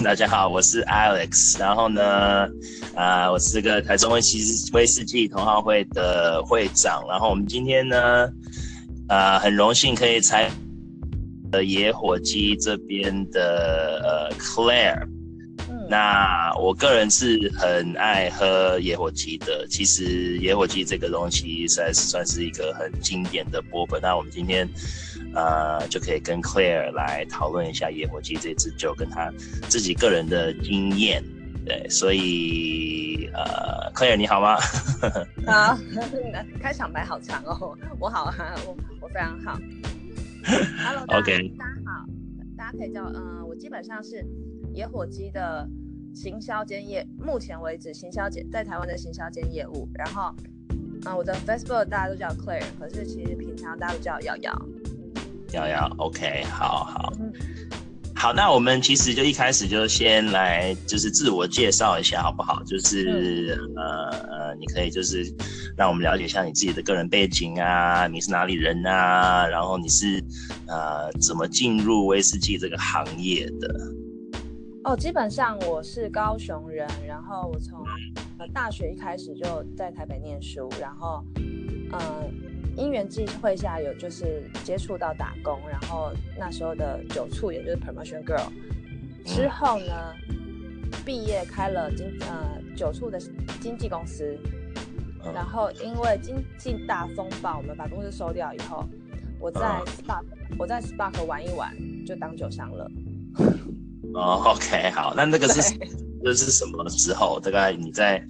大家好，我是 Alex。然后呢，我是这个台中威士忌同好会的会长。然后我们今天呢，很荣幸可以采野火鸡这边的Claire。那我个人是很爱喝野火鸡的。其实野火鸡这个东西实在是算是一个很经典的波本。那我们今天就可以跟 Claire 来讨论一下野火鸡这支酒跟他自己个人的经验。对，所以Claire 你好吗？ 好，开场白好长哦。我好啊，我非常好。Hello， OK， 大家好，大家可以叫我基本上是野火鸡的行销兼目前为止在台湾的行销兼业务。然后我的 Facebook 大家都叫 Claire， 可是其实平常大家都叫瑶瑶。 瑶瑶 OK， 好。好，那我们其实就一开始就先来就是自我介绍一下好不好？就是你可以就是让我们了解一下你自己的个人背景啊，你是哪里人啊，然后你是怎么进入威士忌这个行业的？ 基本上我是高雄人，然后我从大学一开始就在台北念书，然后因缘际会下有就是接触到打工，然后那时候的酒促也就是 Promotion Girl 之后呢，毕业开了酒促的经纪公司，然后因为经济大风暴，我们把公司收掉以后，我在 Spark 玩一玩就当酒商了。 OK， 好，那个是什么时候？大概你在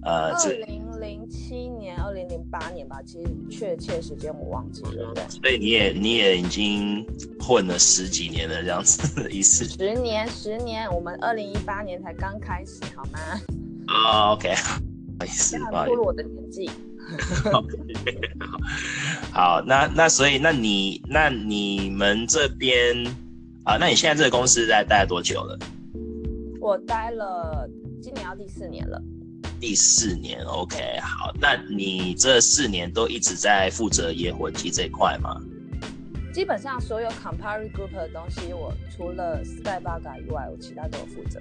2007年、2008年吧，其实确切时间我忘记了。对， 所以你也已经混了10几年了，这样子的意思 ？10年，我们2018年才刚开始，好 ？OK， 吗？ 不好意思， 暴露我的年纪。 好，那所以那你们这边那你现在这个公司待了多久了？ 我待了今年要第4年了。 第4年 ，OK， 好，那你这4年都一直在负责野火鸡这一块吗？ 基本上所有 Campari Group 的东西，我除了 Sky Vodka 以外，我其他都有负责。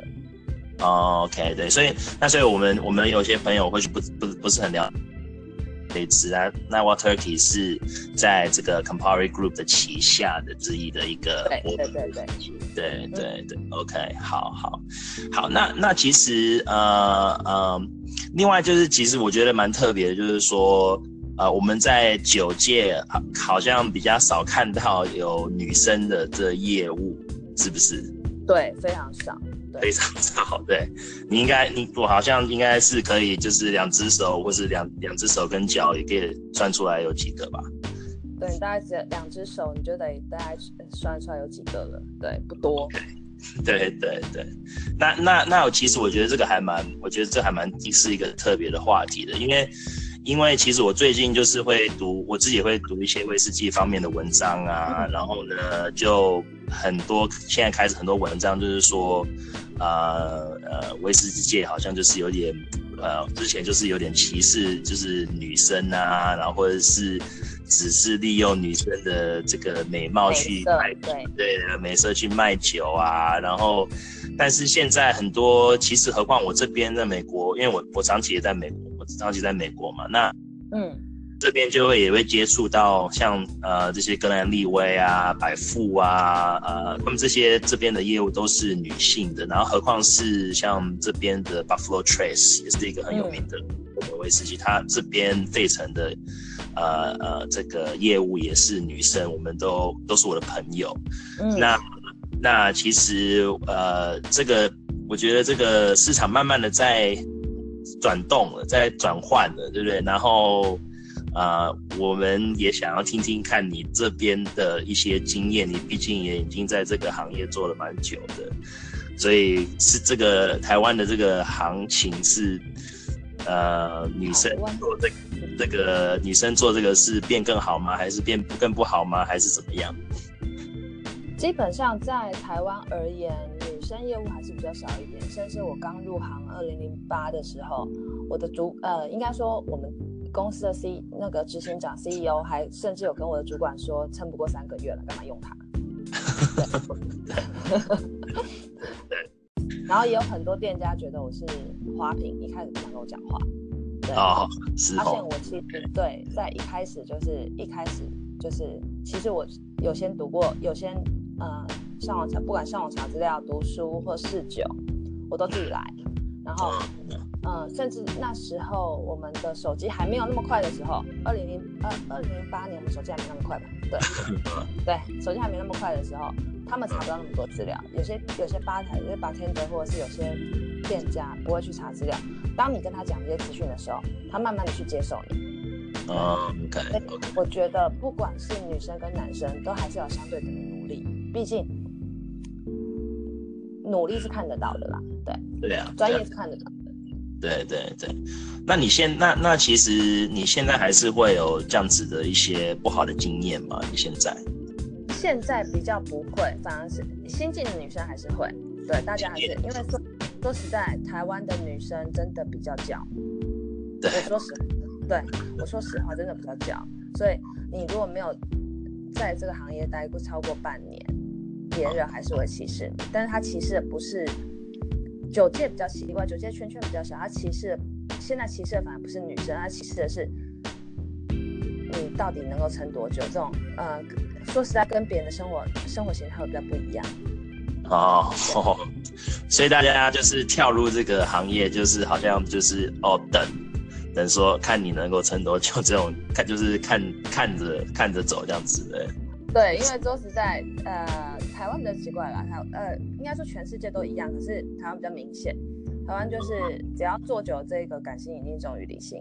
OK， 对，所以我们有些朋友或许不是很了解这支啊，那 Wild Turkey 是在这个 Campari Group 的旗下的之一的一个，对，OK， 好，那其实另外就是其实我觉得蛮特别的，就是说我们在酒界好像比较少看到有女生的这业务，是不是？ 对，非常少。 非常少，对，我好像应该是可以，就是2只手或是两只手跟脚也可以算出来有几个吧？ 对，你大概只有2只手，你就得大概算出来有几个了，对，不多。 对，那其实我觉得这还蛮是一个特别的话题的，因为其实我最近就是我自己会读一些威士忌方面的文章啊，然后呢就现在开始很多文章就是说威士忌界好像就是有点之前就是有点歧视就是女生啊，然后或者是只是利用女生的这个美貌去卖美色去卖酒啊，然后但是现在很多其实何况我这边在美国，因为我长期也在美国，在美国嘛，那这边也会接触到像这些格兰利威啊、百富啊，他们这边的业务都是女性的，然后何况是像这边的 Buffalo Trace 也是一个很有名的威士忌，它这边费城的这个业务也是女生，我们都是我的朋友。那其实这个我觉得这个市场慢慢的在转动了，在转换了，对不对？然后我们也想要听听看你这边的一些经验，你毕竟也已经在这个行业做了蛮久的，所以是这个台湾的这个行情是女生做女生做这个是变更好吗？还是变更不好吗？还是怎么样？ 基本上在台湾而言，女生业务还是比较少一点，甚至我刚入行2008的时候，我的应该说我们公司的那个执行长 CEO 还甚至有跟我的主管说，撑不过3个月了，干嘛用它？ 然后也有很多店家觉得我是花瓶，一开始不想跟我讲话。对， 是发现我其实对，在一开始就是，其实我有先读过，有先上网查，不管上网查资料、读书或试酒，我都自己来。然后甚至那时候我们的手机还没有那么快的时候，2008年我们手机还没那么快吧？对，手机还没那么快的时候，他们查不到那么多资料，有些吧台、有些bartender或者是有些店家不会去查资料。当你跟他讲这些资讯的时候，他慢慢的去接受你。 OK。 我觉得不管是女生跟男生，都还是要相对的努力，毕竟努力是看得到的啦。 对啊， 专业是看得到的。 对。那那其实你现在还是会有这样子的一些不好的经验吗？你现在比较不会，反而是新进的女生还是会。对，大家还是因为说实在，台湾的女生真的比较娇。 对， 我说实话，真的比较娇。所以你如果没有在这个行业待过超过半年，别人还是会歧视你。但是他歧视的不是酒界比较奇怪，酒界圈比较小，他现在歧视的反而不是女生，他歧视的是你到底能够撑多久。这种说实在，跟别人的生活形态会比较不一样。 所以大家就是跳入这个行业，就是好像就是等说看你能够撑多久，这种就是看着走这样子的。 对，因为说实在，台湾比较奇怪啦，应该说全世界都一样，可是台湾比较明显。台湾就是只要做久，这个感性一定重于理性。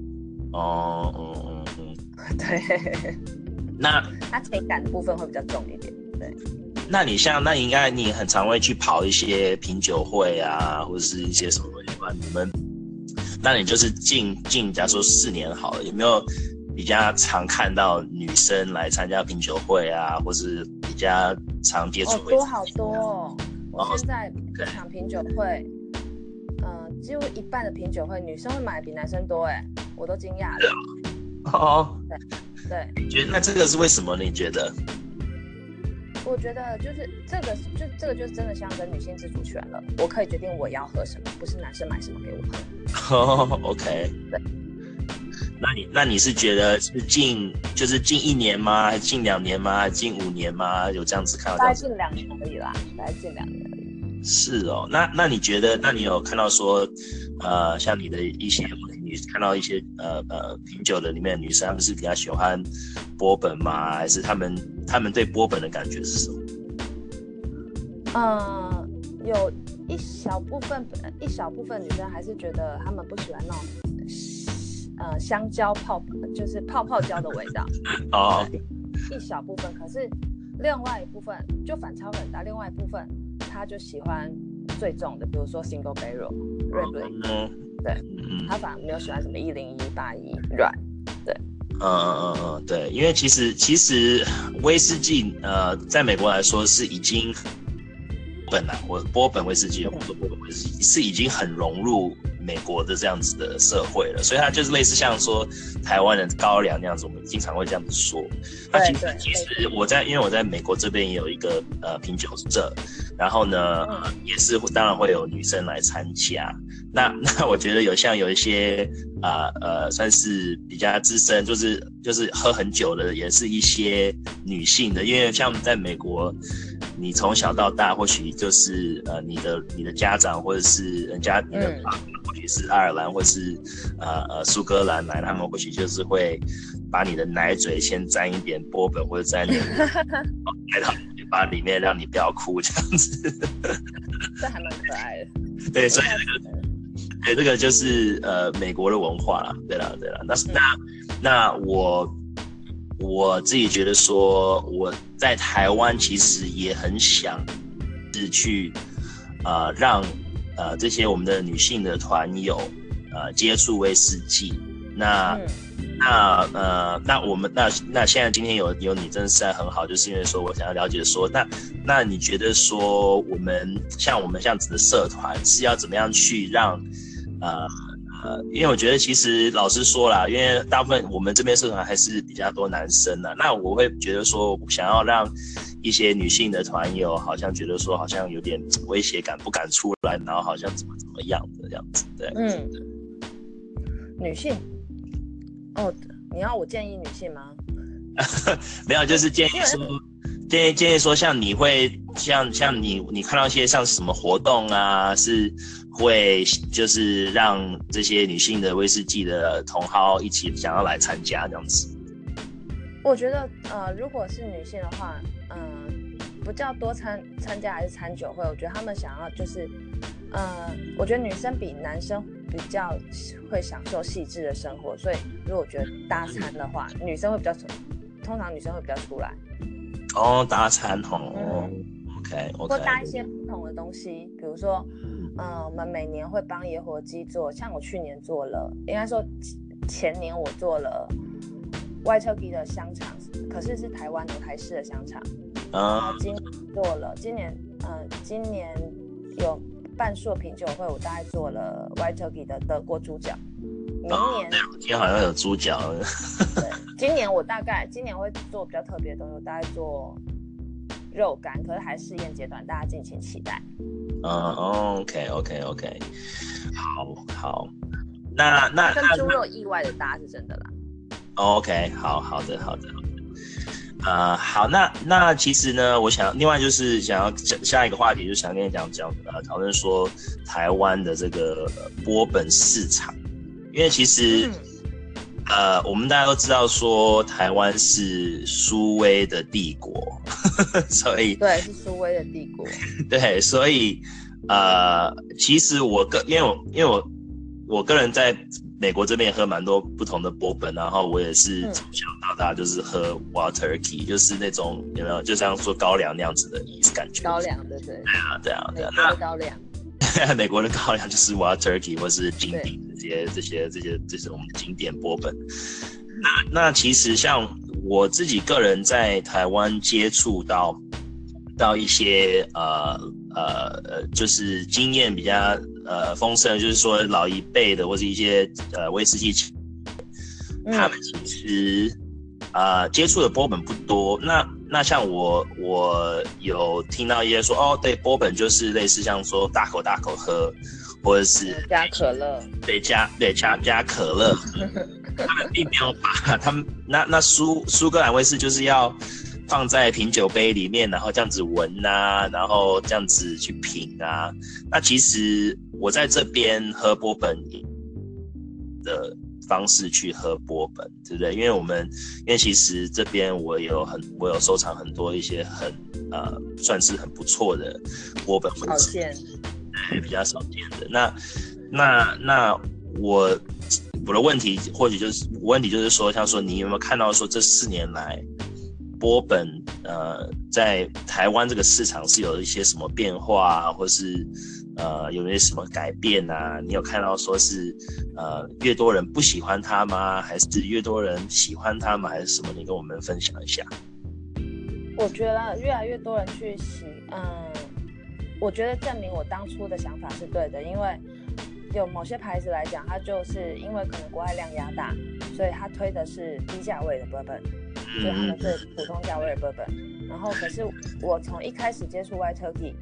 对。 那它情感的部分会比较重一点。对。 那应该你很常会去跑一些品酒会啊，或者是一些什么东西吧？那你就是近假如说4年好了，有没有比较常看到女生来参加品酒会啊，或是比较常接触？ 好多哦！我现在一场品酒会，几乎一半的品酒会女生会买比男生多，我都惊讶了。 对。那这个是为什么？你觉得？ 我觉得就是这个就是真的象征女性自主权了。我可以决定我要喝什么，不是男生买什么给我喝。 OK。 对。 那你是觉得是近1年吗？还是近2年吗？还是近5年吗？有这样子看到？ 大概近2年而已啦，大概近2年而已。 是哦，那你觉得，那你有看到说，像你的一些，你看到一些品酒的里面的女生，她们是比较喜欢波本吗？还是她们对波本的感觉是什么？ 有一小部分女生还是觉得她们不喜欢那种香蕉就是泡泡胶的味道。一小部分，可是另外一部分就反差很大，另外一部分她就喜欢最重的，比如说 Single Barrel Riesling。对，她反而没有喜欢什么101、81软。对。 对，因为其实威士忌在美国来说是已经波本威士忌或者波本威士忌是已经很融入美国的这样子的社会了，所以它就是类似像说台湾的高粱那样子，我们经常会这样子说。那其实因为我在美国这边也有一个品酒社，然后呢也是当然会有女生来参加。那我觉得有一些算是比较资深，就是喝很久的，也是一些女性的，因为像在美国，你从小到大，或许就是你的家长或者是你的爸爸，或许是爱尔兰或是苏格兰来，他们或许就是会把你的奶嘴先沾一点波本或者沾一点奶到嘴巴里面，让你不要哭这样子。 这还蛮可爱的。 对，所以这个就是美国的文化啦。对啦。那我自己觉得说，我在台湾其实也很想是去让这些我们的女性的团友接触威士忌。那我们现在今天有你真的是很好，就是因为说我想要了解说，那你觉得说我们这样子的社团是要怎么样去让因为我觉得其实老实说啦，因为大部分我们这边社团还是比较多男生的，那我会觉得说想要让一些女性的团友好像觉得说好像有点威胁感，不敢出来，然后好像怎么样的这样子，对。 女性，你要我建议女性吗？ 没有，就是建议说，像你会像你看到一些像什么活动啊，是会就是让这些女性的威士忌的同好一起想要来参加这样子。 我觉得如果是女性的话，不叫多参加还是参酒会，我觉得他们想要就是我觉得女生比男生比较会享受细致的生活，所以如果我觉得搭餐的话，女生会比较通常女生会比较出来。 搭餐OK， 或搭一些不同的东西，比如说，我们每年会帮野火鸡做，像我去年做了，应该说前年我做了 White Turkey 的香肠，可是是台湾的台式的香肠，然后今年有办硕品酒会，我大概做了 White Turkey 的德国猪脚。明年今天好像有猪脚。 对，今年会做比较特别的东西，我大概做肉干，可是还试验阶段，大家敬请期待。 OK， 好，那跟猪肉意外的搭是真的啦。 OK， 好的。好，那其实呢，我想另外就是想要下一个话题，就想跟你讲讨论说台湾的这个波本市场，因为其实我们大家都知道说台湾是苏威的帝国，所以对，是苏威的帝国。 对，所以其实因为我个人在美国这边也喝蛮多不同的波本，然后我也是从小到大就是喝 Wild Turkey， 就是那种有没有就像说高粱那样子的意思感觉。 高粱对。 对啊。 美国的高粱。 美国的高粱就是 Wild Turkey 或是经典这些我们的经典波本。那其实像我自己个人在台湾接触到一些就是经验比较丰盛，就是说老一辈的或是一些威士忌，他们其实接触的波本不多。那像我有听到一些说对，波本就是类似像说大口喝，或者是加可乐， 对加可乐。他们并没有把他们那苏格兰威士就是要放在品酒杯里面，然后这样子闻啊，然后这样子去品啊。那其实我在这边喝波本的方式去喝波本，对不对？因为其实这边我有收藏很多一些算是很不错的波本威士忌，比较少见的。那我的问题就是说，像说你有没有看到说这4年来波本在台湾这个市场是有一些什么变化啊，或是有没有什么改变啊？你有看到说是越多人不喜欢它吗？还是越多人喜欢它吗？还是什么？你跟我们分享一下。 我觉得越来越多人去我觉得证明我当初的想法是对的，因为有某些牌子来讲，它就是因为可能国外量压大，所以它推的是低价位的 bourbon， 就是他们最普通价位的 bourbon。然后可是我从一开始接触 White Turkey，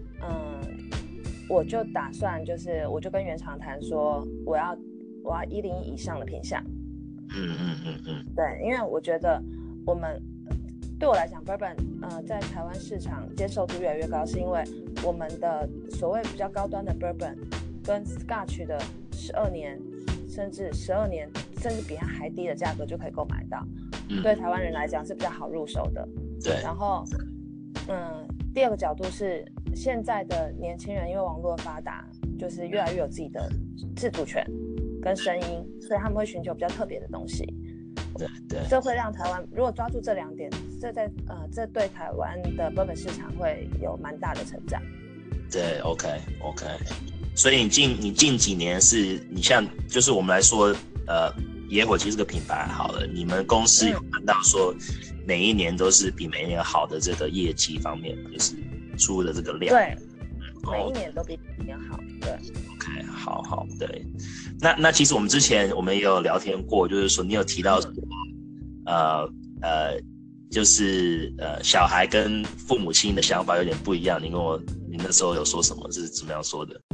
我就打算我就跟原厂谈说，我要101以上的品项。对，因为我觉得对我来讲 bourbon 在台湾市场接受度越来越高，是因为我们的所谓比较高端的 bourbon 跟 Scotch 的12年甚至12年甚至比它还低的价格就可以购买到，对台湾人来讲是比较好入手的。 对， 然后第二个角度是现在的年轻人因为网络发达，就是越来越有自己的自主权跟声音，所以他们会寻求比较特别的东西。 对， 这会让台湾如果抓住这2点，这对台湾的 bourbon 市场会有蛮大的成长。 对 ，OK， 所以你近几年你像就是我们来说，野火鸡这个品牌好了，你们公司有看到说每一年都是比每一年好的这个业绩方面，就是出的这个量。 对，每一年都比每一年好。对 ，OK， 好，对。那其实我们也有聊天过，就是说你有提到说， 就是小孩跟父母亲的想法有点不一样。你那时候有说什么？是怎么样说的？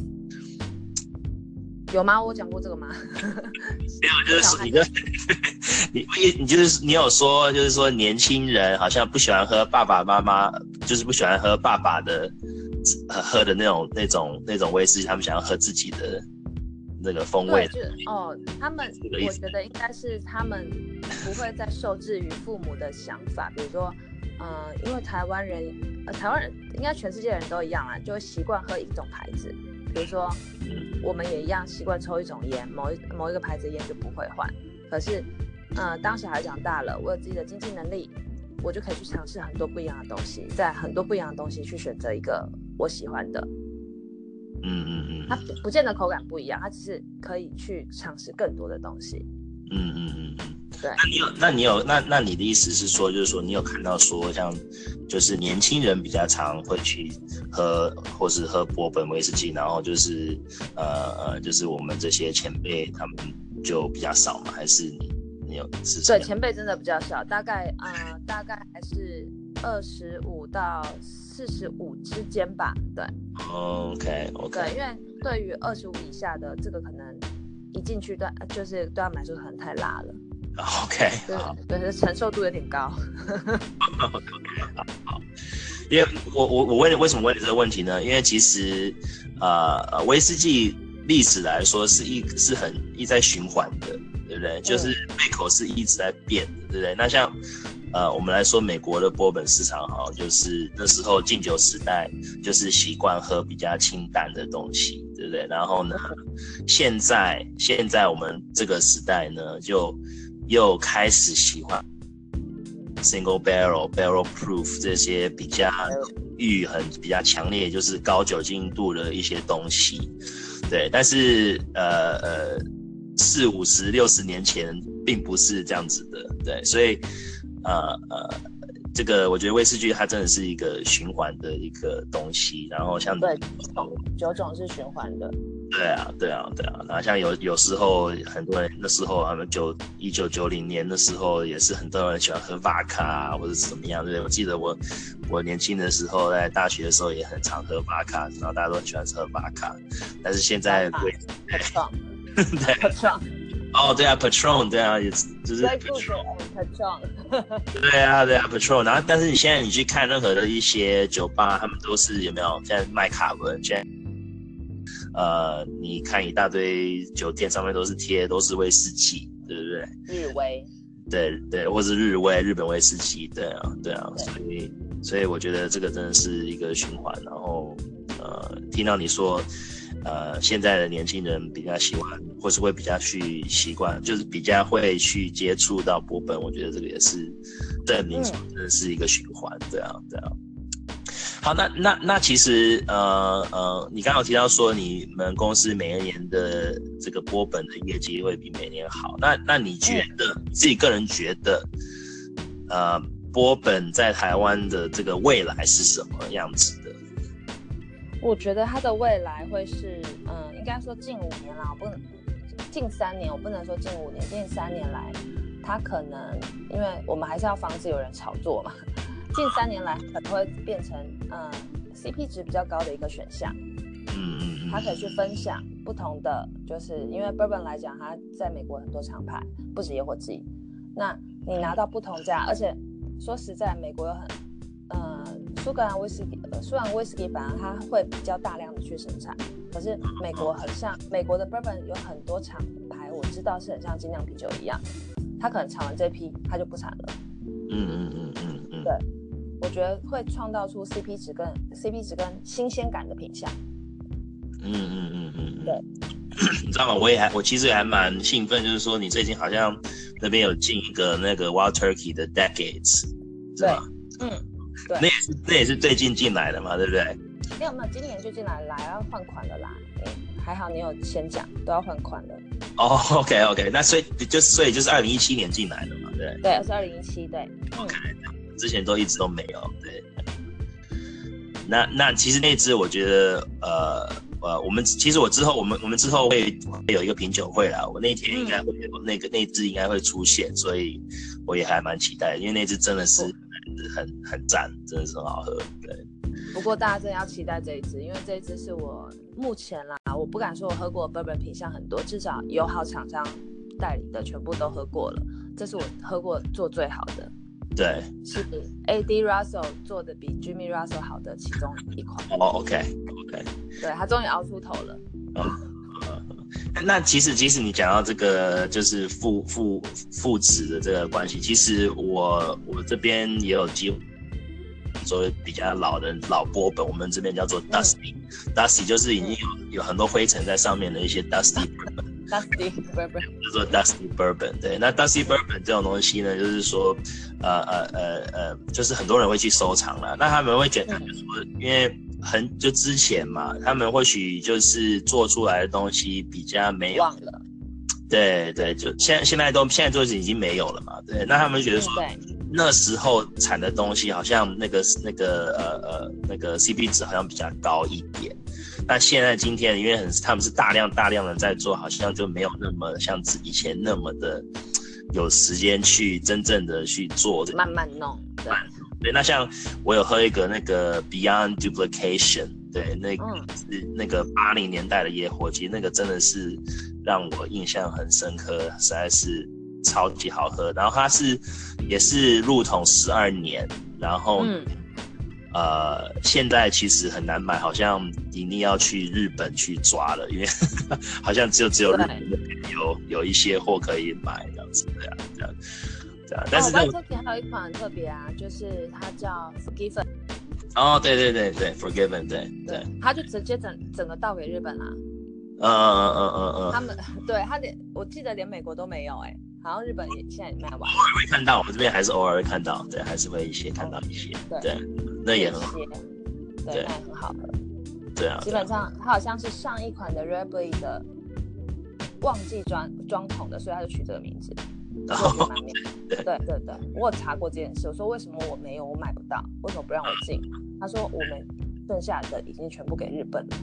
有吗？我讲过这个吗？ 没有，就是说你有说，就是说年轻人好像不喜欢喝爸爸妈妈，就是不喜欢喝爸爸的喝的那种威士忌，他们想要喝自己的那个风味。 对，他们我觉得应该是他们不会再受制于父母的想法，比如说，因为台湾人应该全世界人都一样啦，就会习惯喝一种牌子。比如说，我们也一样习惯抽一种烟，某一个牌子的烟就不会换。可是，当小孩长大了，我有自己的经济能力，我就可以去尝试很多不一样的东西，在很多不一样的东西去选择一个我喜欢的。它不见得口感不一样，它只是可以去尝试更多的东西。对。 那你的意思是说，就是说你有看到说像就是年轻人比较常会去喝或是喝波本威士忌，然后就是就是我们这些前辈他们就比较少吗？还是你有是？ 对，前辈真的比较少，大概还是25到45之间吧。对。 OK。 对，因为对于25以下的这个可能一进去就是对他们来说可能太辣了。 OK， 对，承受度有点高。 好，因为我为什么问你这个问题呢？因为其实威士忌历史来说是很一直在循环的，对不对？就是胃口是一直在变的，对不对？那像我们来说美国的波本市场哈，就是那时候禁酒时代就是习惯喝比较清淡的东西，对不对？然后呢，现在我们这个时代呢，就又开始喜欢 single barrel proof 这些比较比较强烈，就是高酒精度的一些东西，对。但是40、50、60年前并不是这样子的，对。所以这个我觉得威士忌它真的是一个循环的一个东西，然后像对酒种是循环的。 对啊。然后像有时候很多人那时候他们1990年的时候也是很多人喜欢喝 vodka 或者是怎么样，对不对？我记得我年轻的时候在大学的时候也很常喝 vodka， 然后大家都很喜欢喝 vodka， 但是现在对。对啊 Patron 对啊，也就是 Patron 对啊 Patron， 然后但是现在你去看任何的一些酒吧，他们都是有没有现在卖卡文，现在你看一大堆酒店上面都是威士忌，对不对？ 日威， 对，或是日本威士忌，对啊，所以我觉得这个真的是一个循环。然后听到你说现在的年轻人比较喜欢，或是会比较去习惯，就是比较会去接触到波本，我觉得这个也是证明真的是一个循环，对啊。好，那其实你刚刚有提到说你们公司每一年的这个波本的业绩会比每年好，那你觉得你自己个人觉得波本在台湾的这个未来是什么样子的？ 我觉得它的未来会是，应该说近5年啦，近3年，我不能说近5年，近3年来，它可能因为我们还是要防止有人炒作嘛，近3年来可能会变成CP 值比较高的一个选项。它可以去分享不同的，就是因为 Bourbon 来讲，它在美国很多厂牌，不止野火鸡，那你拿到不同家，而且说实在，美国有苏格兰威士忌反而它会比较大量的去生产，可是美国很像美国的 Bourbon 有很多厂牌，我知道是很像精酿啤酒一样，它可能产完这批它就不产了。对，我觉得会创造出 CP 值跟新鲜感的品项。对， 你知道吗？我其实也还蛮兴奋，就是说你最近好像那边有进一个那个 Wild Turkey 的 Decades， 是吗？对，那也是最近进来的嘛，对不对？ 没有，今年就进来要换款了啦。还好你有先讲，都要换款了。 OK， 那所以就是2017年进来的嘛，对？ 对，是2017，对。 OK， 之前一直都没有，对。那其实那支我觉得我们之后会有一个品酒会啦，我那天应该会有那支应该会出现，所以我也还蛮期待的，因为那支真的是是很赞，真的是很好喝。对， 不过大家真的要期待这一支，因为这一支是我目前啦，我不敢说我喝过的 bourbon 品项很多，至少友好厂商代理的全部都喝过了，这是我喝过做最好的。 对， 是 A.D. Russell 做的比 Jimmy Russell 好的其中一款。 OK， 对，他终于熬出头了。 那其实你讲到这个就是父子的这个关系，其实我这边也有机会。作为比较老的老波本，我们这边叫做 Dusty，Dusty 就是已经有很多灰尘在上面的一些 Dusty Bourbon，Dusty Bourbon 叫做 Dusty Bourbon。对，那 Dusty Bourbon 这种东西呢，就是说，就是很多人会去收藏啦。那他们会觉得，就是说，因为就之前嘛，他们或许就是做出来的东西比较没有。 忘了。 对，就现在都已经没有了嘛。对，那他们觉得说。那时候产的东西好像那个 CP 值好像比较高一点，那现在今天因为他们是大量的在做，好像就没有那么像以前那么的有时间去真正的去做， 慢慢弄。 对，那像我有喝一个那个 Beyond Duplication， 对，那个是那个80年代的野火鸡，那个真的是让我印象很深刻，实在是超级好喝。然后它也是入桶12年，然后现在其实很难买，好像一定要去日本去抓了，因为好像只有日本有一些货可以买这样子，这样。但是这边还有一款很特别啊，就是它叫 Forgiven。 哦，对 ，Forgiven， 对， 它就直接整个倒给日本啦。他们对他我记得连美国都没有好像日本也现在也卖完。 偶尔会看到，我们这边还是偶尔会看到，对，还是会看到一些，对，那也很好， 对，那也很好喝。 对啊， 基本上它好像是上一款的 Rebel 的忘记装桶的，所以他就取这个名字。对，我有查过这件事，我说为什么我没有，我买不到，为什么不让我进？他说我们剩下的已经全部给日本了。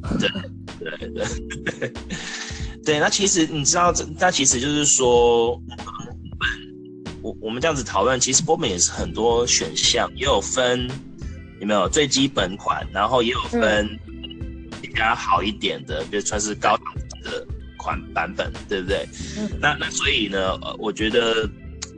对，那其实你知道，那其实就是说，我们这样子讨论，其实波本也是很多选项，也有分有没有最基本款，然后也有分比较好一点的，比如算是高档的版本，对不对？那所以呢，我觉得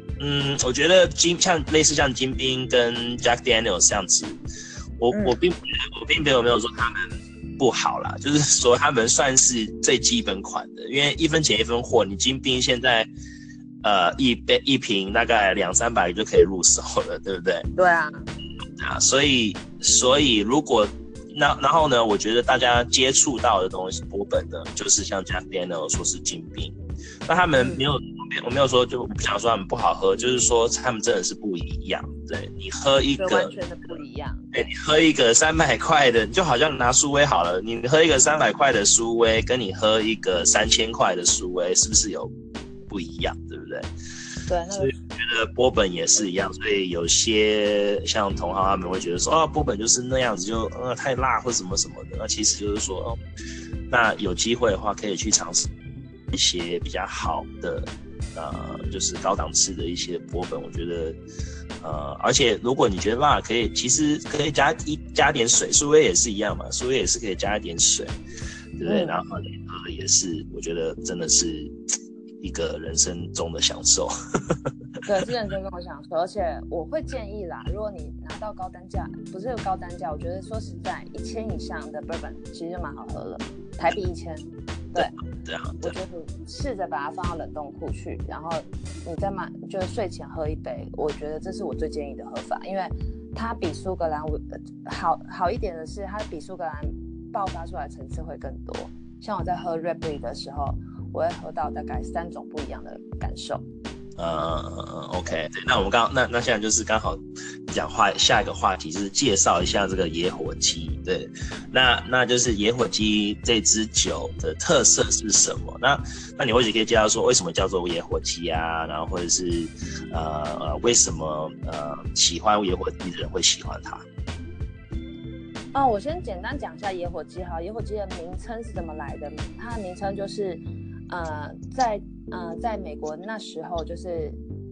类似像金冰跟 Jack Daniels 这样子，我并没有说他们不好啦，就是说他们算是最基本款的，因为1分钱1分货，你金冰现在一瓶大概200-300就可以入手了，对不对？ 对啊， 所以如果然后呢，我觉得大家接触到的东西波本呢，就是像 Jack Daniels 说是金冰，那他们我没有说，就我不想说他们不好喝，就是说他们真的是不一样。对，你喝一个完全的不一样。 对，你喝一个300块的，你就好像拿苏威好了，你喝一个300块的苏威，跟你喝一个3000块的苏威，是不是有不一样？对不对？ 对， 所以我觉得波本也是一样，所以有些像同行他们会觉得说，波本就是那样子，就太辣或什么什么的。那其实就是说，那有机会的话可以去尝试一些比较好的。就是高档次的一些波本，我觉得，而且如果你觉得辣，其实可以加点水，苏威也是一样嘛，苏威也是可以加一点水，对不对？然后你喝也是，我觉得真的是一个人生中的享受。 对，是认真跟我享受，而且我会建议啦，如果你拿到高单价，不是有高单价，我觉得说实在1000以上的 bourbon 其实就蛮好喝了，台币1000。对啊，我觉得你试着把它放到冷冻库去，然后你再就是睡前喝一杯，我觉得这是我最建议的喝法，因为它比苏格兰好一点的是，它比苏格兰爆发出来的层次会更多。像我在喝 Red Bull 的时候，我会喝到大概3种不一样的感受。 OK， 对，那我们那现在就是刚好讲下一个话题，就是介绍一下这个野火鸡。对，那就是野火鸡这支酒的特色是什么？那你或许可以介绍说为什么叫做野火鸡啊？然后或者是为什么喜欢野火鸡的人会喜欢它？ 我先简单讲一下野火鸡哈。野火鸡的名称是怎么来的？它的名称就是在美国那时候就是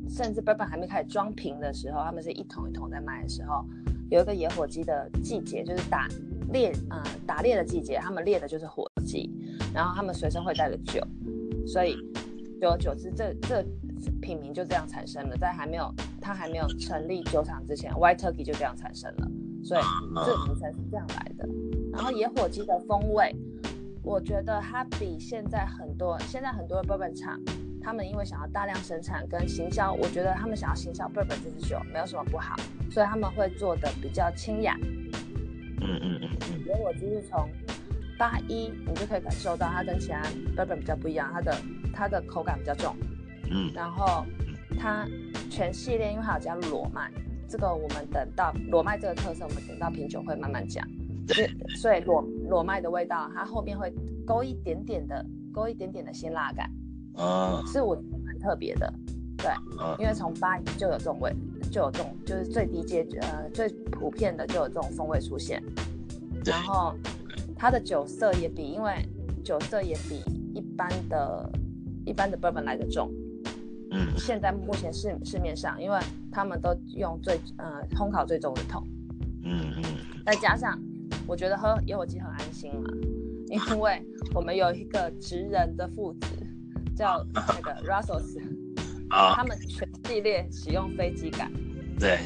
甚至 bourbon 还没开始装瓶的时候，他们是一桶一桶在卖的时候，有一个野火鸡的季节，就是打猎的季节，他们猎的就是火鸡，然后他们随身会带着酒，所以久而久之，这品名就这样产生了。在它还没有成立酒厂之前 ，White Turkey 就这样产生了，所以这个名称是这样来的。然后野火鸡的风味，我觉得它比现在很多的 bourbon 厂，他们因为想要大量生产跟行销，我觉得他们想要行销 bourbon 这支酒没有什么不好，所以他们会做的比较清雅。野火鸡是从81，你就可以感受到它跟其他 bourbon 比较不一样，它的口感比较重。然后它全系列因为它有加入裸麦，这个我们等到裸麦这个特色，我们等到品酒会慢慢讲。所以裸麦的味道，它后面会勾一点点的辛辣感，是我觉得蛮特别的。对，因为从81就有这种味，就有这种就是最低阶最普遍的就有这种风味出现。然后它的酒色也比一般的 bourbon 来的重。现在目前市面上，因为他们都用烘烤最重的桶。再加上我觉得喝野火鸡很安心嘛，因为我们有一个职人的父子叫那个 Russells，他们全系列使用飞机杆。对，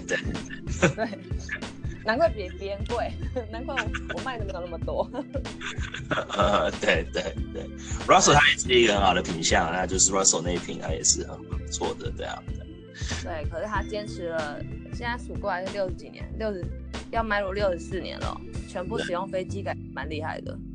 难怪比别人贵，难怪我卖的没有那么多。 对 ，Russell 它也是一个很好的品项，那就是 Russell 那一瓶它也是很不错的，对啊。 对，可是他坚持了，现在数过来是60几年，要迈入64年了，全部使用飞机感，蛮厉害的。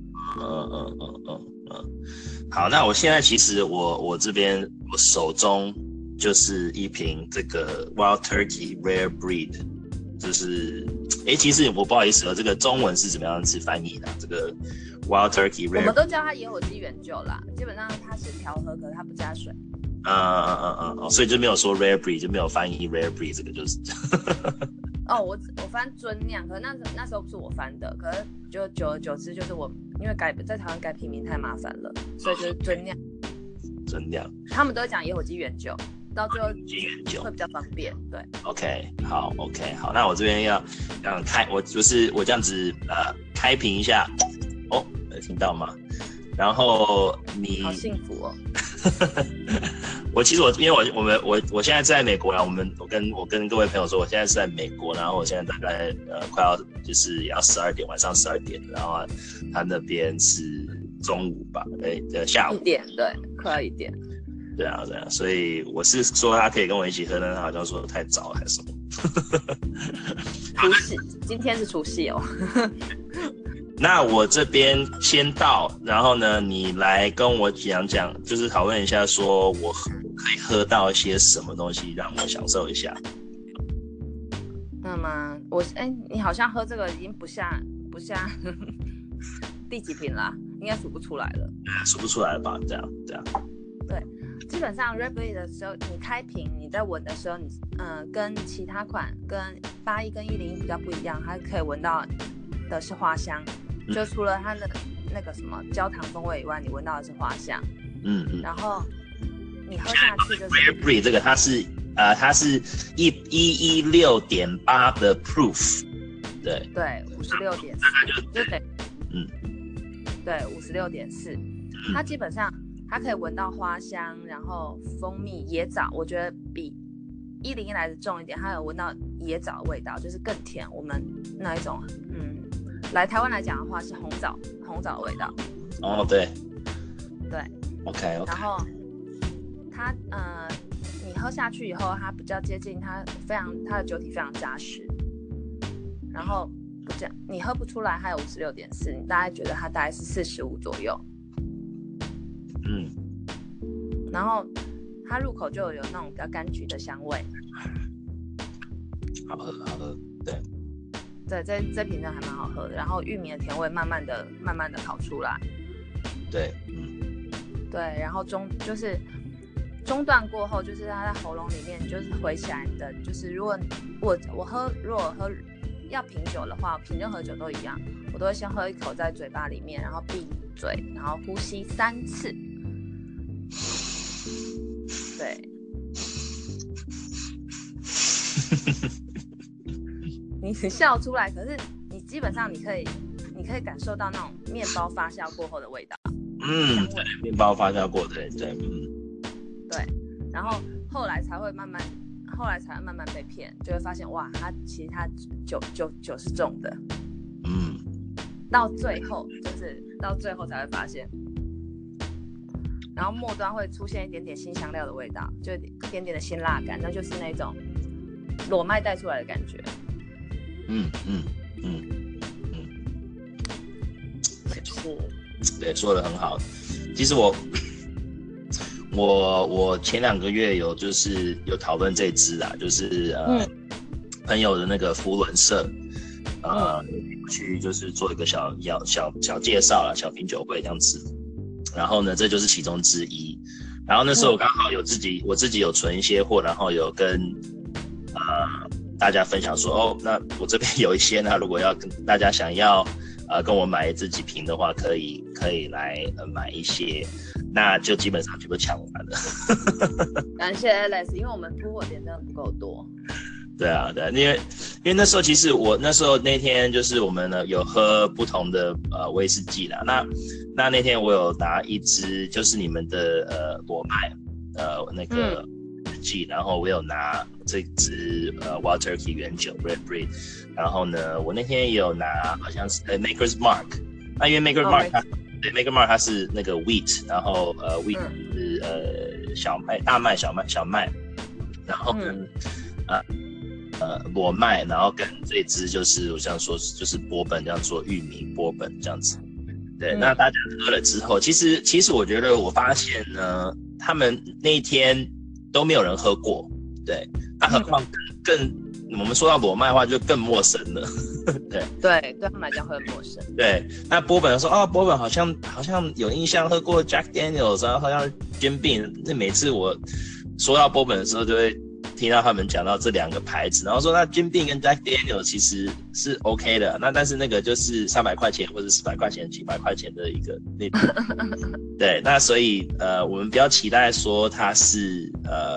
好，那我现在其实我这边我手中就是一瓶这个 Wild Turkey Rare Breed， 就是其实我不好意思了，这个中文是怎么样子翻译的？这个 Wild Turkey Rare， 我们都叫它野火鸡原酒啦，基本上它是调和，可是它不加水。 所以就没有说 Rare Breed， 就没有翻译 Rare Breed 这个就是。 我翻樽酿，可是那时候不是我翻的，可是就久而久之，就是我因为在台湾改品名太麻烦了，所以就是樽酿。 樽酿， 他们都会讲野火鸡原酒，到最后会比较方便。对 ，OK， 好，那我这边要我这样子开瓶一下，有听到吗？然后你好幸福哦。 因为我现在在美国啦，我跟各位朋友说，我现在是在美国，然后我现在大概快要就是要12点，晚上12点，然后他那边是中午吧，下午 1点，对，快要1点。 对啊，所以我是说他可以跟我一起喝，但他好像说太早还是什么。 除夕，今天是除夕哦。 那我这边先到，然后呢，你来跟我讲，就是讨论一下，说我可以喝到一些什么东西，让我享受一下。 那么你好像喝这个已经不下第几瓶啦，应该数不出来了。 数不出来了吧？这样。 对，基本上 Red Breed 的时候，你开瓶你在闻的时候，跟其他款跟81跟101比较不一样，它可以闻到的是花香。就除了它的那个什么焦糖风味以外，你闻到的是花香。然后你喝下去就是 Rare Breed 这个它是116.8的 proof， 对 ，56.4，就等对56.4，它基本上它可以闻到花香，然后蜂蜜、野枣，我觉得比101来的重一点，它有闻到野枣的味道，就是更甜。我们那一种来台湾来讲的话是红枣的味道。 对 ，OK， 然后它你喝下去以后，它比较接近它的酒体非常扎实，然后你喝不出来它有56.4，你大概觉得它大概是45左右。然后它入口就有那种比较柑橘的香味， 好喝，对。 对，这瓶真的还蛮好喝的，然后玉米的甜味慢慢的跑出来。 对， 对，然后就是中段过后，就是它在喉咙里面就是回起来的，就是如果我喝要品酒的话，品任何酒都一样，我都会先喝一口在嘴巴里面，然后闭嘴，然后呼吸3次。对， 你笑出来，可是你基本上你可以感受到那种面包发酵过后的味道。 对，面包发酵过，对，对， 然后后来才会慢慢被骗，就会发现哇，其实它酒是重的。到最后才会发现，然后末端会出现一点点辛香料的味道，就一点点的辛辣感，那就是那种裸麦带出来的感觉。 对，说得很好。其实我前2个月有讨论这支啊，就是朋友的那个福伦社，去就是做一个小介绍啦，小品酒会这样子。然后呢，这就是其中之一。然后那时候我刚好我自己有存一些货，然后有跟大家分享说，那我这边有一些呢，如果要跟大家想要跟我买这几瓶的话，可以来买一些，那就基本上全部抢完了。 感谢 Alex， 因为我们铺货点真的不够多。 对啊，对，因为那时候其实我那天就是我们呢有喝不同的威士忌啦，那天我有拿一支就是你们的裸麦那个威士忌，然后我有拿这支Wild Turkey 原酒 Red Breed， 然后呢我那天也有拿好像是Maker's Mark， 那因为 Maker's Mark 对 Maker's Mark 它是那个 wheat， 然后wheat 是小麦大麦小麦，然后裸麦，然后跟这支就是我想说就是波本这样做玉米波本这样子。对，那大家喝了之后，其实我觉得我发现呢，他们那一天都没有人喝过，对，那何况更我们说到裸麦的话就更陌生了。对他们来讲会很陌生。 对，那波本说波本好像有印象喝过 Jack Daniels， 然后好像 Jim Beam， 那每次我说到波本的时候就会听到他们讲到这2个牌子，然后说那 Jim Beam 跟 Jack Daniels 其实是 OK 的，那但是那个就是300块钱或者400块钱、700块钱的一个那种。对，那所以我们不要期待说它是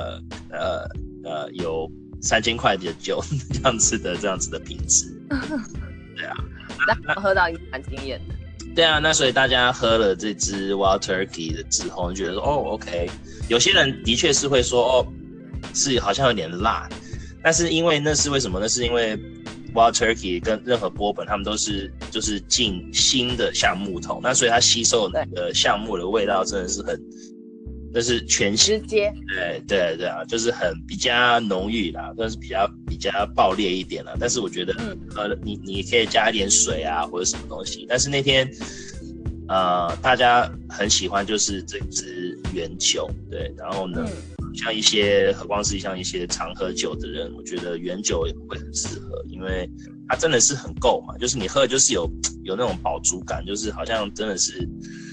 有3000块的酒这样子的品质。对啊， 但我喝到也蛮惊艳的。 对啊，那所以大家喝了这支 Wild Turkey 的之后，觉得说OK， 有些人的确是会说是好像有点辣，但是因为那是为什么呢？是因为 Wild Turkey 跟任何波本他们都是就是进新的橡木桶，那所以它吸收那个橡木的味道真的是那是全新直接。 对啊，就是比较浓郁啦，但是比较爆裂一点啦。但是我觉得你可以加一点水啊或者什么东西。但是那天大家很喜欢就是这支原酒，对，然后呢何况是像一些常喝酒的人，我觉得原酒也会很适合，因为它真的是很够嘛，就是你喝就是有那种饱足感，就是好像真的是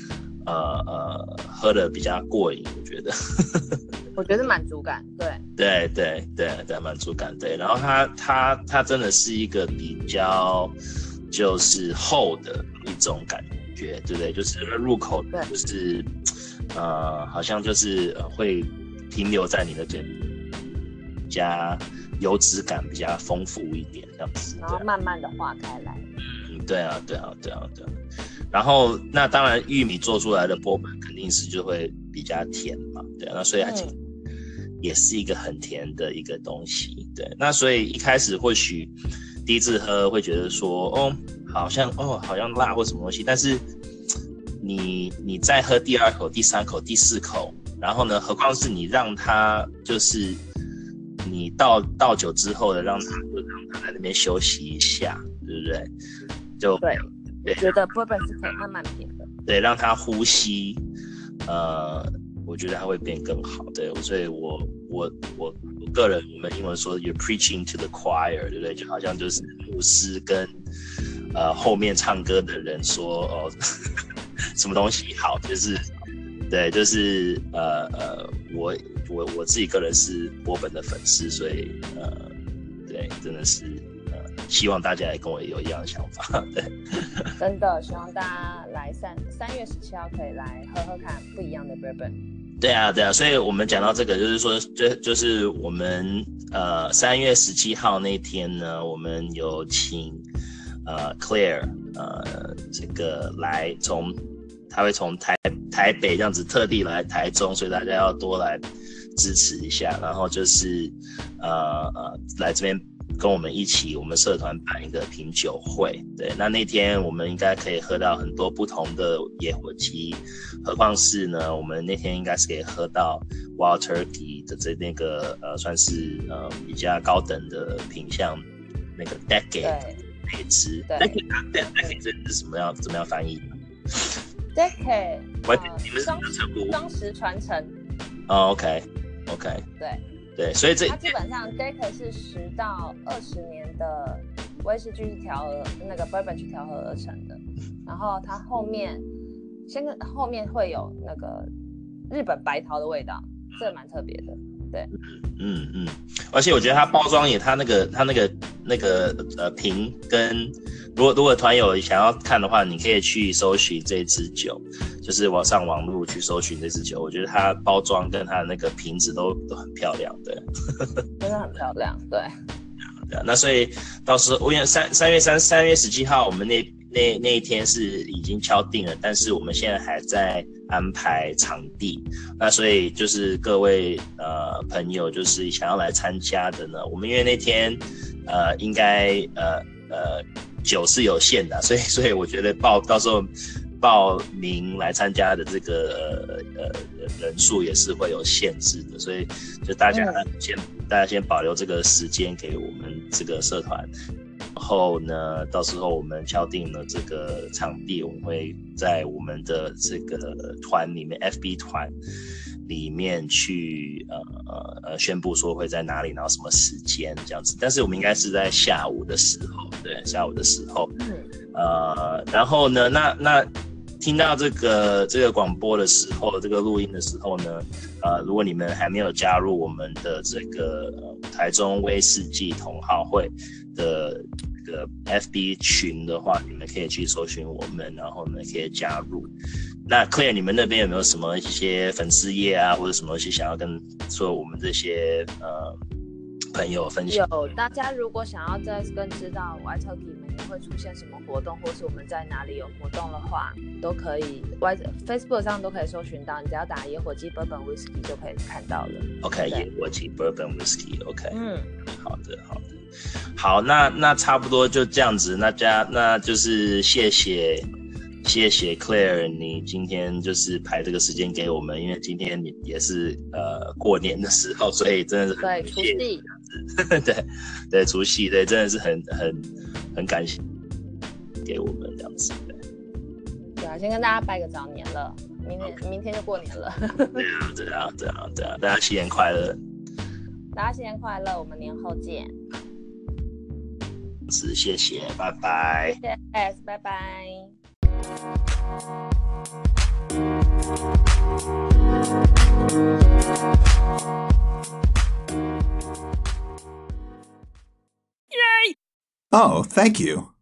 喝的比较过瘾，我觉得。 我觉得满足感， 对，满足感，对。然后它真的是一个比较就是厚的一种感觉，对不对？就是入口就是好像就是会停留在你的嘴，加油脂感比较丰富一点这样子， 然后慢慢的化开来。 对啊。然后那当然玉米做出来的波本肯定是就会比较甜嘛，对啊，那所以它其实也是一个很甜的一个东西，对。那所以一开始或许第一次喝会觉得说好像辣或什么东西，但是你再喝第2口、第3口、第4口，然后呢，何况是你让它就是你倒酒之后的让它在那边休息一下，对不对？ 对，觉得 bourbon 是可以慢慢品的。 对，让它呼吸，我觉得它会变更好。对，所以我个人，我们英文说 you're preaching to the choir， 对不对？就好像就是牧师跟后面唱歌的人说什么东西好，就是对，就是我自己个人是波本的粉丝，所以对，真的是希望大家也跟我有一样的想法，对， 真的希望大家来3月17号可以来喝喝看不一样的 bourbon。 对啊，所以我们讲到这个，就是说，就是我们 3月17号那天呢，我们有请Claire 这个来他会从台北这样子特地来台中，所以大家要多来支持一下。然后就是来这边跟我们一起，我们社团办一个品酒会。对，那天我们应该可以喝到很多不同的野火鸡，何况是呢，我们那天应该是可以喝到 Wild Turkey 的那个算是比较高等的品相，那个 Decade 那一支。Decade 这是怎么样翻译 ？Decade， 你们是称呼双十传承。 OK， 对，所以它基本上 Decade 是10到20年的威士忌那个 bourbon 去调和而成的，然后它后面会有那个日本白桃的味道，这蛮特别的。对， 而且我觉得它包装它那个瓶跟，如果团友想要看的话，你可以去搜寻这支酒，就是上网路去搜寻这支酒，我觉得它包装跟它的那个瓶子都很漂亮的， 真的很漂亮，对。 那所以到时候因为3月17号我们那一天是已经敲定了，但是我们现在还在安排场地。那所以就是各位朋友就是想要来参加的呢，我们因为那天应该酒是有限的，所以我觉得到时候报名来参加的这个人数也是会有限制的，所以就大家先保留这个时间给我们这个社团。然后呢，到时候我们敲定了这个场地，我们会在我们的这个团里面 FB 团里面去宣布说会在哪里，然后什么时间这样子。但是我们应该是在下午的时候，对，下午的时候。然后呢，那听到这个广播的时候，这个录音的时候呢，如果你们还没有加入我们的这个台中威士忌同好会的这个 FB 群的话，你们可以去搜寻我们，然后呢可以加入。那 Claire 你们那边有没有什么一些粉丝页啊，或者什么东西想要跟说我们这些朋友分享？ 有，大家如果想要再更知道 Wild Turkey 每年会出现什么活动，或是我们在哪里有活动的话，都可以 Facebook 上都可以搜寻到，你只要打野火鸡 Bourbon Whisky 就可以看到了。 OK， 野火鸡 Bourbon Whisky，OK， 好的。好，那差不多就这样子，那就是谢谢 Claire， 你今天就是排这个时间给我们，因为今天也是过年的时候，所以真的是对除夕， 对除夕，对，真的是很感谢给我们这样子， 对啊，先跟大家拜个早年了，明天就过年了。 对啊，大家新年快乐！ 大家新年快乐，我们年后见。 谢谢，拜拜。 Yes， 拜拜。 Yay! Oh, thank you.